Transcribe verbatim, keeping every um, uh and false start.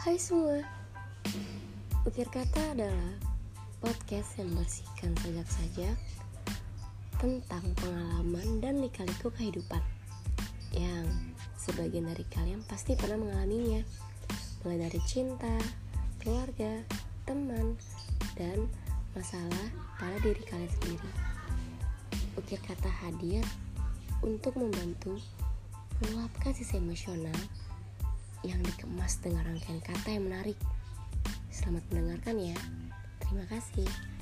Hai semua, Ukir Kata adalah podcast yang bersihkan sajak-sajak tentang pengalaman dan lika-liku kehidupan yang sebagian dari kalian pasti pernah mengalaminya, mulai dari cinta, keluarga, teman, dan masalah pada diri kalian sendiri. Ukir Kata hadir untuk membantu meluapkan sisi emosional yang dikemas dengan rangkaian kata yang menarik. Selamat mendengarkan ya. Terima kasih.